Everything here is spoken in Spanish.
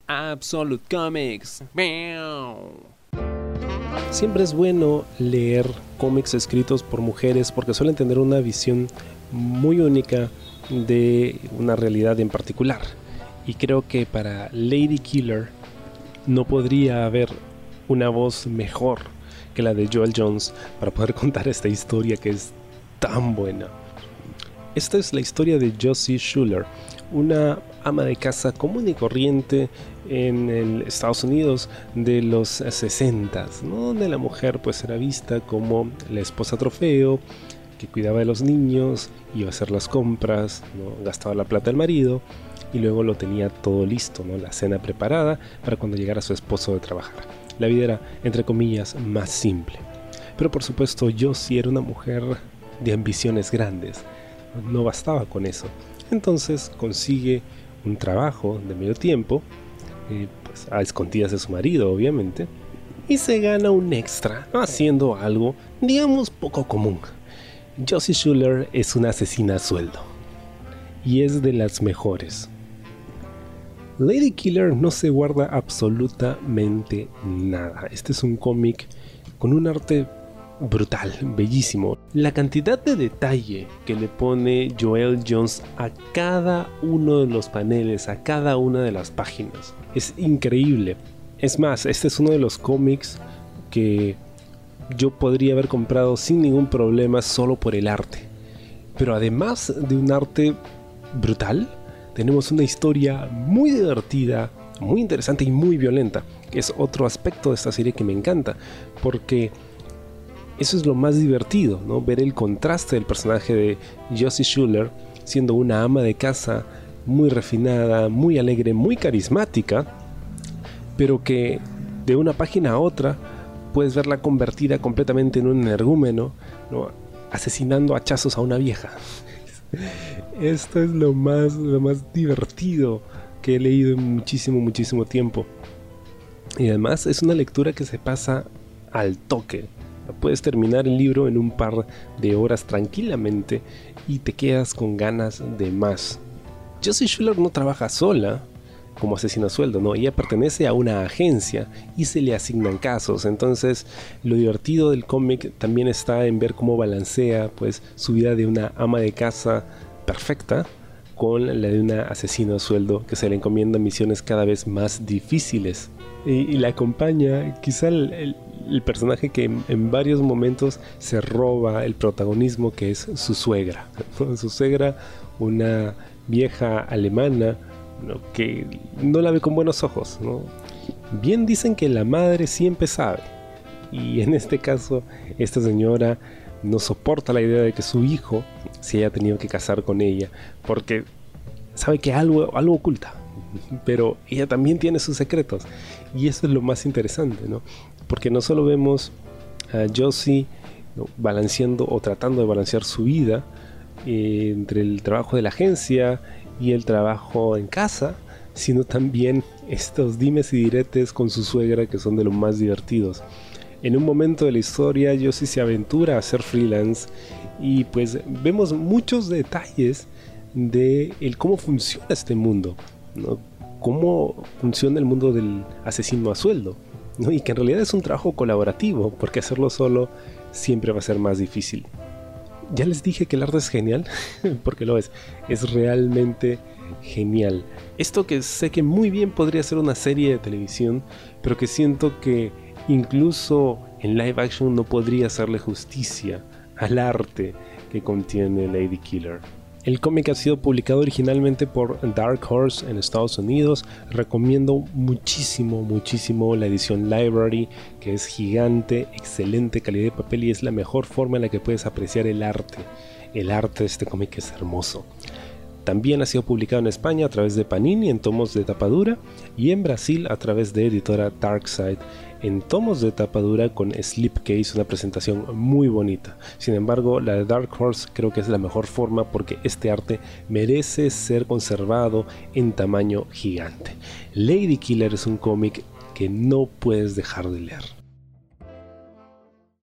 Absolute Comics. Siempre es bueno leer cómics escritos por mujeres porque suelen tener una visión muy única de una realidad en particular. Y creo que para Lady Killer no podría haber una voz mejor que la de Joëlle Jones para poder contar esta historia que es tan buena. Esta es la historia de Josie Schuler, una ama de casa común y corriente en el Estados Unidos de los 60s, ¿no? Donde la mujer pues era vista como la esposa trofeo, que cuidaba de los niños, iba a hacer las compras, ¿no? Gastaba la plata del marido y luego lo tenía todo listo, ¿no? La cena preparada para cuando llegara su esposo de trabajar. La vida era, entre comillas, más simple. Pero por supuesto Josie era una mujer de ambiciones grandes. No bastaba con eso. Entonces consigue un trabajo de medio tiempo, pues a escondidas de su marido obviamente, y se gana un extra haciendo algo, digamos, poco común. Josie Schuler es una asesina a sueldo, y es de las mejores. Lady Killer no se guarda absolutamente nada. Este es un cómic con un arte brutal, bellísimo. La cantidad de detalle que le pone Joëlle Jones a cada uno de los paneles, a cada una de las páginas, es increíble. Es más, este es uno de los cómics que yo podría haber comprado sin ningún problema solo por el arte. Pero además de un arte brutal, tenemos una historia muy divertida, muy interesante y muy violenta, que es otro aspecto de esta serie que me encanta, porque eso es lo más divertido, ¿no? Ver el contraste del personaje de Josie Schuler siendo una ama de casa muy refinada, muy alegre, muy carismática, pero que de una página a otra puedes verla convertida completamente en un energúmeno, ¿no? Asesinando a hachazos a una vieja. Esto es lo más divertido que he leído en muchísimo tiempo. Y además es una lectura que se pasa al toque. Puedes terminar el libro en un par de horas tranquilamente y te quedas con ganas de más. Josie Schuler no trabaja sola como asesina a sueldo, ¿no? Ella pertenece a una agencia y se le asignan casos. Entonces lo divertido del cómic también está en ver cómo balancea pues su vida de una ama de casa perfecta con la de una asesina a sueldo que se le encomienda misiones cada vez más difíciles. Y la acompaña quizá el personaje que en varios momentos se roba el protagonismo, que es su suegra. Su suegra, una vieja alemana, ¿no? Que no la ve con buenos ojos, ¿no? Bien dicen que la madre siempre sabe, y en este caso esta señora no soporta la idea de que su hijo se haya tenido que casar con ella, porque sabe que algo oculta, pero ella también tiene sus secretos, y eso es lo más interesante, ¿no? Porque no solo vemos a Josie, ¿no?, balanceando o tratando de balancear su vida entre el trabajo de la agencia y el trabajo en casa, sino también estos dimes y diretes con su suegra, que son de los más divertidos. En un momento de la historia Josie se aventura a ser freelance y pues vemos muchos detalles de cómo funciona este mundo, ¿no? Cómo funciona el mundo del asesino a sueldo, ¿no? Y que en realidad es un trabajo colaborativo, porque hacerlo solo siempre va a ser más difícil. Ya les dije que el arte es genial, porque lo es realmente genial. Esto que sé que muy bien podría ser una serie de televisión, pero que siento que incluso en live action no podría hacerle justicia al arte que contiene Lady Killer. El cómic ha sido publicado originalmente por Dark Horse en Estados Unidos. Recomiendo muchísimo la edición Library, que es gigante, excelente calidad de papel y es la mejor forma en la que puedes apreciar el arte. El arte de este cómic es hermoso. También ha sido publicado en España a través de Panini en tomos de tapadura y en Brasil a través de editora Darkside en tomos de tapadura con slipcase, una presentación muy bonita. Sin embargo, la de Dark Horse creo que es la mejor forma porque este arte merece ser conservado en tamaño gigante. Lady Killer es un cómic que no puedes dejar de leer.